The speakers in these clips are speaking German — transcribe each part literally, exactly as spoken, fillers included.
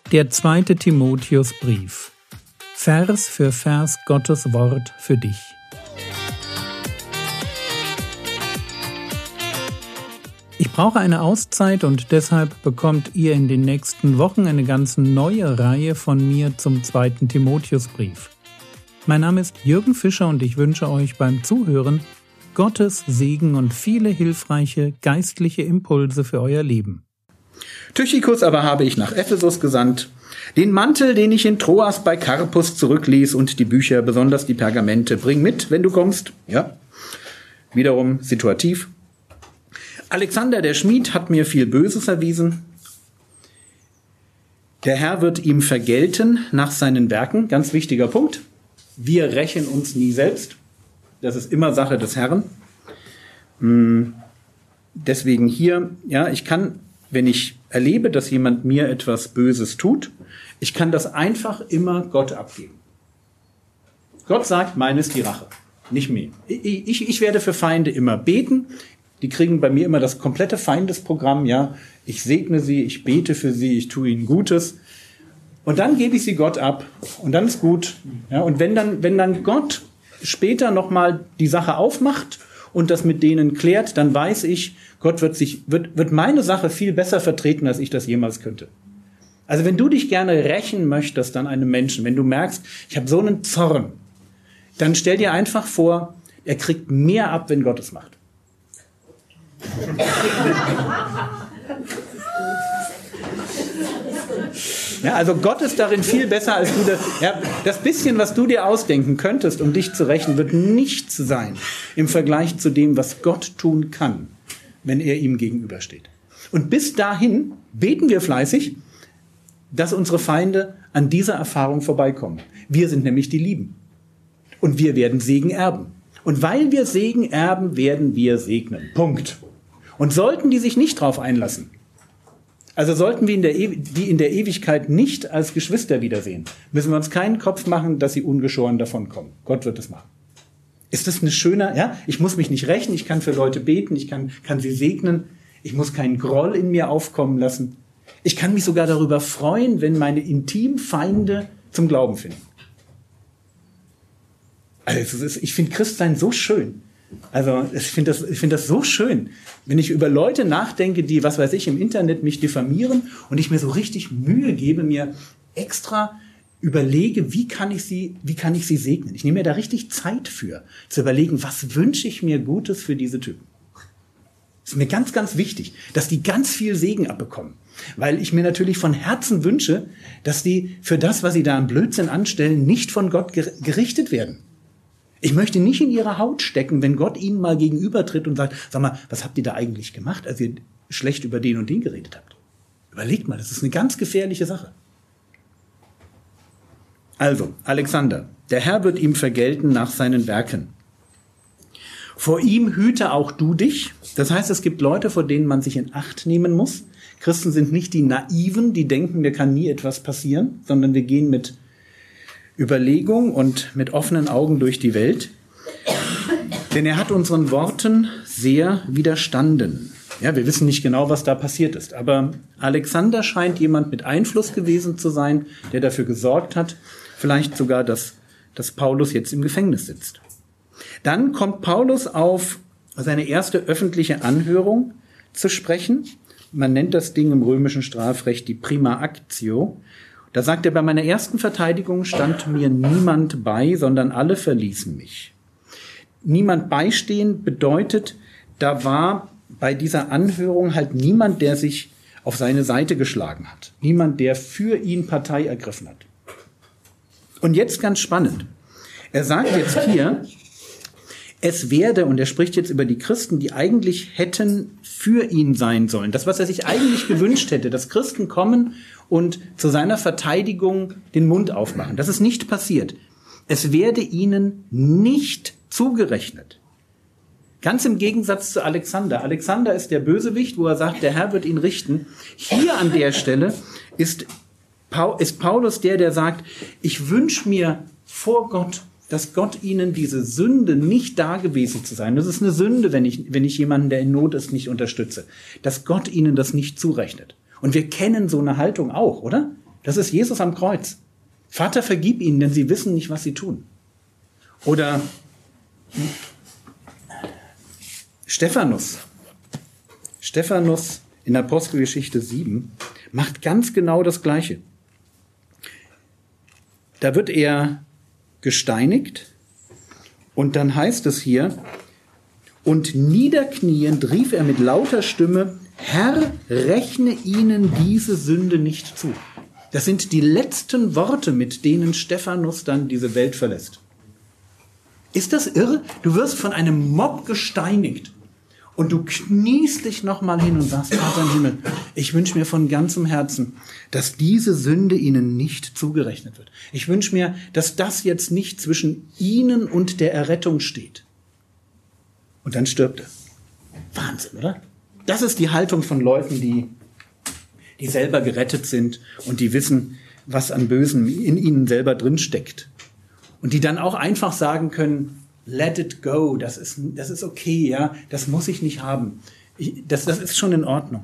Der zweite Timotheusbrief. Vers für Vers Gottes Wort für dich. Ich brauche eine Auszeit und deshalb bekommt ihr in den nächsten Wochen eine ganz neue Reihe von mir zum zweiten Timotheusbrief. Mein Name ist Jürgen Fischer und ich wünsche euch beim Zuhören Gottes Segen und viele hilfreiche geistliche Impulse für euer Leben. Tychikus aber habe ich nach Ephesus gesandt, den Mantel, den ich in Troas bei Karpus zurückließ und die Bücher, besonders die Pergamente, bring mit, wenn du kommst. Ja, wiederum situativ. Alexander, der Schmied, hat mir viel Böses erwiesen. Der Herr wird ihm vergelten nach seinen Werken. Ganz wichtiger Punkt. Wir rächen uns nie selbst. Das ist immer Sache des Herrn. Deswegen hier, ja, ich kann, wenn ich erlebe, dass jemand mir etwas Böses tut, ich kann das einfach immer Gott abgeben. Gott sagt, meine ist die Rache, nicht mir. Ich, ich, ich werde für Feinde immer beten. Die kriegen bei mir immer das komplette Feindesprogramm. Ja, ich segne sie, ich bete für sie, ich tue ihnen Gutes. Und dann gebe ich sie Gott ab. Und dann ist gut. Ja, und wenn dann, wenn dann Gott später nochmal die Sache aufmacht und das mit denen klärt, dann weiß ich, Gott wird sich, wird, wird meine Sache viel besser vertreten, als ich das jemals könnte. Also wenn du dich gerne rächen möchtest an einem Menschen, wenn du merkst, ich habe so einen Zorn, dann stell dir einfach vor, er kriegt mehr ab, wenn Gott es macht. Ja, also Gott ist darin viel besser als du. Das, ja, das bisschen, was du dir ausdenken könntest, um dich zu rächen, wird nichts sein im Vergleich zu dem, was Gott tun kann, wenn er ihm gegenübersteht. Und bis dahin beten wir fleißig, dass unsere Feinde an dieser Erfahrung vorbeikommen. Wir sind nämlich die Lieben. Und wir werden Segen erben. Und weil wir Segen erben, werden wir segnen. Punkt. Und sollten die sich nicht drauf einlassen, also sollten wir in der e- die in der Ewigkeit nicht als Geschwister wiedersehen, müssen wir uns keinen Kopf machen, dass sie ungeschoren davonkommen. Gott wird es machen. Ist das eine schöne, ja? Ich muss mich nicht rächen, ich kann für Leute beten, ich kann, kann sie segnen, ich muss keinen Groll in mir aufkommen lassen. Ich kann mich sogar darüber freuen, wenn meine Intimfeinde zum Glauben finden. Also ist, ich finde Christsein so schön. Also ich finde das, ich finde das so schön, wenn ich über Leute nachdenke, die, was weiß ich, im Internet mich diffamieren und ich mir so richtig Mühe gebe, mir extra überlege, wie kann ich sie, wie kann ich sie segnen. Ich nehme mir da richtig Zeit für, zu überlegen, was wünsche ich mir Gutes für diese Typen. Das ist mir ganz, ganz wichtig, dass die ganz viel Segen abbekommen. Weil ich mir natürlich von Herzen wünsche, dass die für das, was sie da an Blödsinn anstellen, nicht von Gott gerichtet werden. Ich möchte nicht in ihre Haut stecken, wenn Gott ihnen mal gegenübertritt und sagt, sag mal, was habt ihr da eigentlich gemacht, als ihr schlecht über den und den geredet habt? Überlegt mal, das ist eine ganz gefährliche Sache. Also, Alexander, der Herr wird ihm vergelten nach seinen Werken. Vor ihm hüte auch du dich. Das heißt, es gibt Leute, vor denen man sich in Acht nehmen muss. Christen sind nicht die Naiven, die denken, mir kann nie etwas passieren, sondern wir gehen mit Überlegung und mit offenen Augen durch die Welt. Denn er hat unseren Worten sehr widerstanden. Ja, wir wissen nicht genau, was da passiert ist. Aber Alexander scheint jemand mit Einfluss gewesen zu sein, der dafür gesorgt hat, vielleicht sogar, dass, dass Paulus jetzt im Gefängnis sitzt. Dann kommt Paulus auf seine erste öffentliche Anhörung zu sprechen. Man nennt das Ding im römischen Strafrecht die Prima Actio. Da sagt er, bei meiner ersten Verteidigung stand mir niemand bei, sondern alle verließen mich. Niemand beistehen bedeutet, da war bei dieser Anhörung halt niemand, der sich auf seine Seite geschlagen hat. Niemand, der für ihn Partei ergriffen hat. Und jetzt ganz spannend. Er sagt jetzt hier, es werde, und er spricht jetzt über die Christen, die eigentlich hätten für ihn sein sollen. Das, was er sich eigentlich gewünscht hätte, dass Christen kommen und zu seiner Verteidigung den Mund aufmachen. Das ist nicht passiert. Es werde ihnen nicht zugerechnet. Ganz im Gegensatz zu Alexander. Alexander ist der Bösewicht, wo er sagt, der Herr wird ihn richten. Hier an der Stelle ist, ist Paulus der, der sagt, ich wünsche mir vor Gott, dass Gott ihnen diese Sünde, nicht da gewesen zu sein, das ist eine Sünde, wenn ich, wenn ich jemanden, der in Not ist, nicht unterstütze, dass Gott ihnen das nicht zurechnet. Und wir kennen so eine Haltung auch, oder? Das ist Jesus am Kreuz. Vater, vergib ihnen, denn sie wissen nicht, was sie tun. Oder Stephanus. Stephanus in Apostelgeschichte sieben macht ganz genau das Gleiche. Da wird er gesteinigt und dann heißt es hier, und niederkniend rief er mit lauter Stimme, Herr, rechne ihnen diese Sünde nicht zu. Das sind die letzten Worte, mit denen Stephanus dann diese Welt verlässt. Ist das irre? Du wirst von einem Mob gesteinigt und du kniest dich nochmal hin und sagst, Vater im Himmel, ich wünsche mir von ganzem Herzen, dass diese Sünde ihnen nicht zugerechnet wird. Ich wünsche mir, dass das jetzt nicht zwischen ihnen und der Errettung steht. Und dann stirbt er. Wahnsinn, oder? Das ist die Haltung von Leuten, die, die selber gerettet sind und die wissen, was an Bösen in ihnen selber drin steckt. Und die dann auch einfach sagen können, let it go, das ist, das ist okay, ja, das muss ich nicht haben. Ich, das, das ist schon in Ordnung.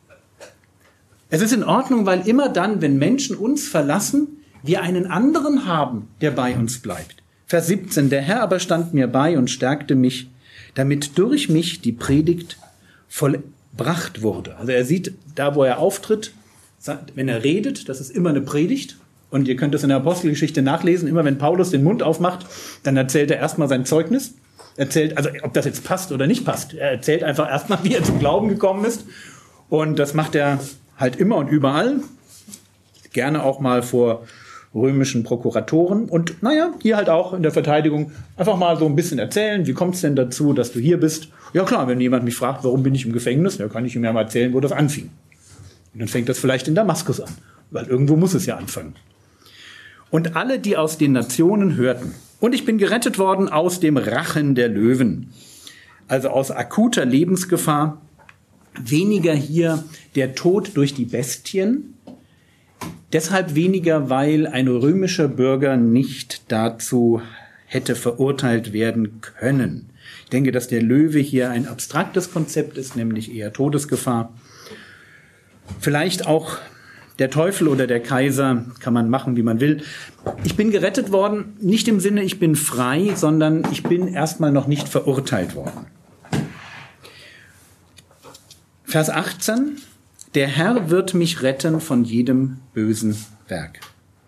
Es ist in Ordnung, weil immer dann, wenn Menschen uns verlassen, wir einen anderen haben, der bei uns bleibt. Vers siebzehn, der Herr aber stand mir bei und stärkte mich, damit durch mich die Predigt vollbracht wurde. Also er sieht, da wo er auftritt, wenn er redet, das ist immer eine Predigt. Und ihr könnt es in der Apostelgeschichte nachlesen, immer wenn Paulus den Mund aufmacht, dann erzählt er erstmal sein Zeugnis. Erzählt, also ob das jetzt passt oder nicht passt. Er erzählt einfach erstmal, wie er zum Glauben gekommen ist. Und das macht er halt immer und überall. Gerne auch mal vor römischen Prokuratoren. Und naja, hier halt auch in der Verteidigung einfach mal so ein bisschen erzählen. Wie kommt es denn dazu, dass du hier bist? Ja klar, wenn jemand mich fragt, warum bin ich im Gefängnis, dann kann ich ihm ja mal erzählen, wo das anfing. Und dann fängt das vielleicht in Damaskus an. Weil irgendwo muss es ja anfangen. Und alle, die aus den Nationen hörten. Und ich bin gerettet worden aus dem Rachen der Löwen. Also aus akuter Lebensgefahr. Weniger hier der Tod durch die Bestien. Deshalb weniger, weil ein römischer Bürger nicht dazu hätte verurteilt werden können. Ich denke, dass der Löwe hier ein abstraktes Konzept ist, nämlich eher Todesgefahr. Vielleicht auch der Teufel oder der Kaiser, kann man machen, wie man will. Ich bin gerettet worden, nicht im Sinne, ich bin frei, sondern ich bin erstmal noch nicht verurteilt worden. Vers achtzehn. Der Herr wird mich retten von jedem bösen Werk.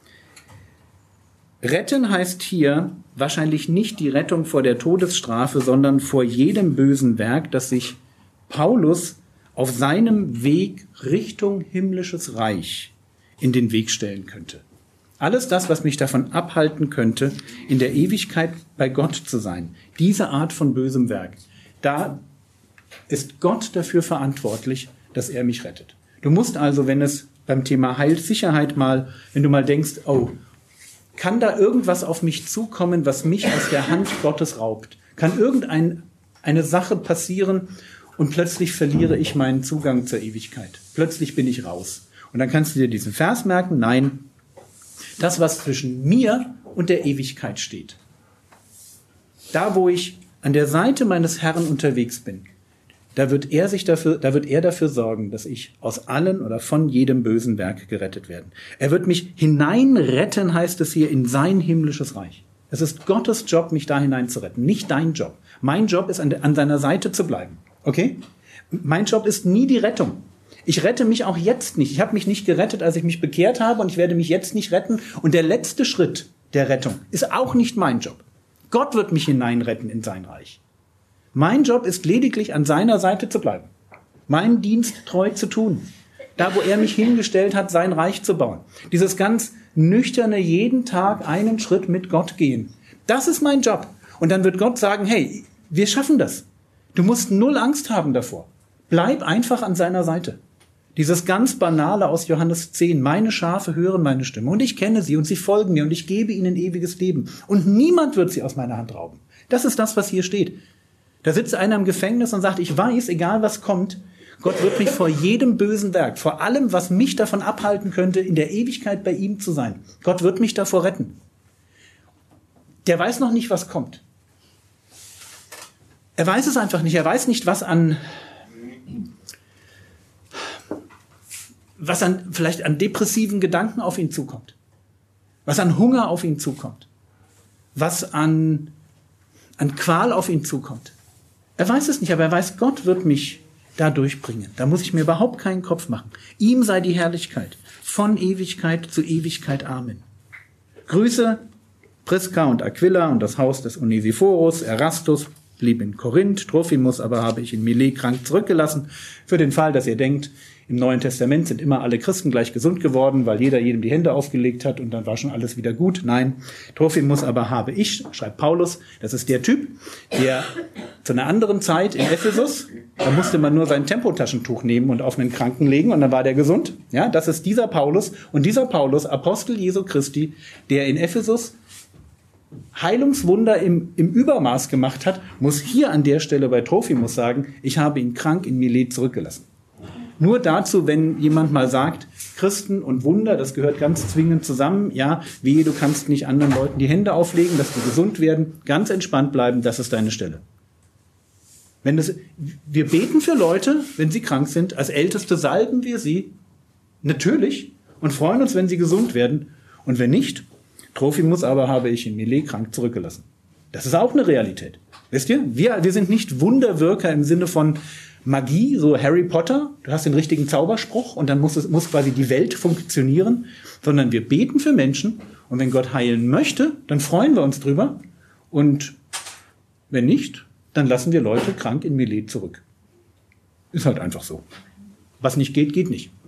Retten heißt hier wahrscheinlich nicht die Rettung vor der Todesstrafe, sondern vor jedem bösen Werk, das sich Paulus auf seinem Weg Richtung himmlisches Reich in den Weg stellen könnte. Alles das, was mich davon abhalten könnte, in der Ewigkeit bei Gott zu sein. Diese Art von bösem Werk. Da ist Gott dafür verantwortlich, dass er mich rettet. Du musst also, wenn es beim Thema Heilssicherheit mal, wenn du mal denkst, oh, kann da irgendwas auf mich zukommen, was mich aus der Hand Gottes raubt? Kann irgendeine eine Sache passieren, und plötzlich verliere ich meinen Zugang zur Ewigkeit. Plötzlich bin ich raus. Und dann kannst du dir diesen Vers merken, nein, das, was zwischen mir und der Ewigkeit steht. Da, wo ich an der Seite meines Herrn unterwegs bin, da wird er sich dafür, da wird er dafür sorgen, dass ich aus allen oder von jedem bösen Werk gerettet werde. Er wird mich hineinretten, heißt es hier, in sein himmlisches Reich. Es ist Gottes Job, mich da hinein zu retten, nicht dein Job. Mein Job ist, an, an seiner Seite zu bleiben. Okay? Mein Job ist nie die Rettung. Ich rette mich auch jetzt nicht. Ich habe mich nicht gerettet, als ich mich bekehrt habe und ich werde mich jetzt nicht retten. Und der letzte Schritt der Rettung ist auch nicht mein Job. Gott wird mich hineinretten in sein Reich. Mein Job ist lediglich, an seiner Seite zu bleiben. Meinen Dienst treu zu tun. Da, wo er mich hingestellt hat, sein Reich zu bauen. Dieses ganz nüchterne, jeden Tag einen Schritt mit Gott gehen. Das ist mein Job. Und dann wird Gott sagen, hey, wir schaffen das. Du musst null Angst haben davor. Bleib einfach an seiner Seite. Dieses ganz Banale aus Johannes zehn. Meine Schafe hören meine Stimme und ich kenne sie und sie folgen mir und ich gebe ihnen ewiges Leben. Und niemand wird sie aus meiner Hand rauben. Das ist das, was hier steht. Da sitzt einer im Gefängnis und sagt, ich weiß, egal was kommt, Gott wird mich vor jedem bösen Werk, vor allem, was mich davon abhalten könnte, in der Ewigkeit bei ihm zu sein. Gott wird mich davor retten. Der weiß noch nicht, was kommt. Er weiß es einfach nicht. Er weiß nicht, was an, was an, vielleicht an depressiven Gedanken auf ihn zukommt, was an Hunger auf ihn zukommt, was an, an Qual auf ihn zukommt. Er weiß es nicht, aber er weiß, Gott wird mich da durchbringen. Da muss ich mir überhaupt keinen Kopf machen. Ihm sei die Herrlichkeit von Ewigkeit zu Ewigkeit. Amen. Grüße Priska und Aquila und das Haus des Onesiphorus. Erastus blieb in Korinth, Trophimus aber habe ich in Milet krank zurückgelassen. Für den Fall, dass ihr denkt, im Neuen Testament sind immer alle Christen gleich gesund geworden, weil jeder jedem die Hände aufgelegt hat und dann war schon alles wieder gut. Nein, Trophimus aber habe ich, schreibt Paulus, das ist der Typ, der zu einer anderen Zeit in Ephesus, da musste man nur sein Tempotaschentuch nehmen und auf einen Kranken legen und dann war der gesund. Ja, das ist dieser Paulus und dieser Paulus, Apostel Jesu Christi, der in Ephesus Heilungswunder im, im Übermaß gemacht hat, muss hier an der Stelle bei Trophimus sagen, ich habe ihn krank in Milet zurückgelassen. Nur dazu, wenn jemand mal sagt, Christen und Wunder, das gehört ganz zwingend zusammen. Ja, wehe, du kannst nicht anderen Leuten die Hände auflegen, dass die gesund werden. Ganz entspannt bleiben, das ist deine Stelle. Wenn das, wir beten für Leute, wenn sie krank sind. Als Älteste salben wir sie, natürlich, und freuen uns, wenn sie gesund werden. Und wenn nicht, Trophimus aber habe ich in Milet krank zurückgelassen. Das ist auch eine Realität. Wisst ihr? Wir, wir sind nicht Wunderwirker im Sinne von Magie, so Harry Potter, du hast den richtigen Zauberspruch und dann muss es muss quasi die Welt funktionieren, sondern wir beten für Menschen und wenn Gott heilen möchte, dann freuen wir uns drüber und wenn nicht, dann lassen wir Leute krank in Milet zurück. Ist halt einfach so. Was nicht geht, geht nicht.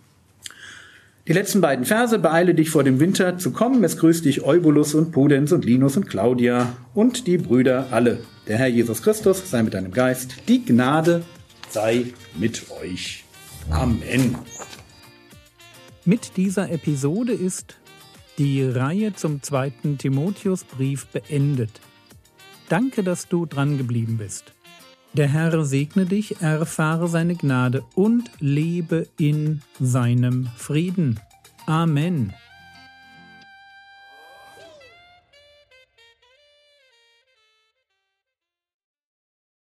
Die letzten beiden Verse, beeile dich vor dem Winter zu kommen, es grüßt dich Eubulus und Pudens und Linus und Claudia und die Brüder alle. Der Herr Jesus Christus sei mit deinem Geist, die Gnade sei mit euch. Amen. Mit dieser Episode ist die Reihe zum zweiten Timotheusbrief beendet. Danke, dass du dran geblieben bist. Der Herr segne dich, erfahre seine Gnade und lebe in seinem Frieden. Amen.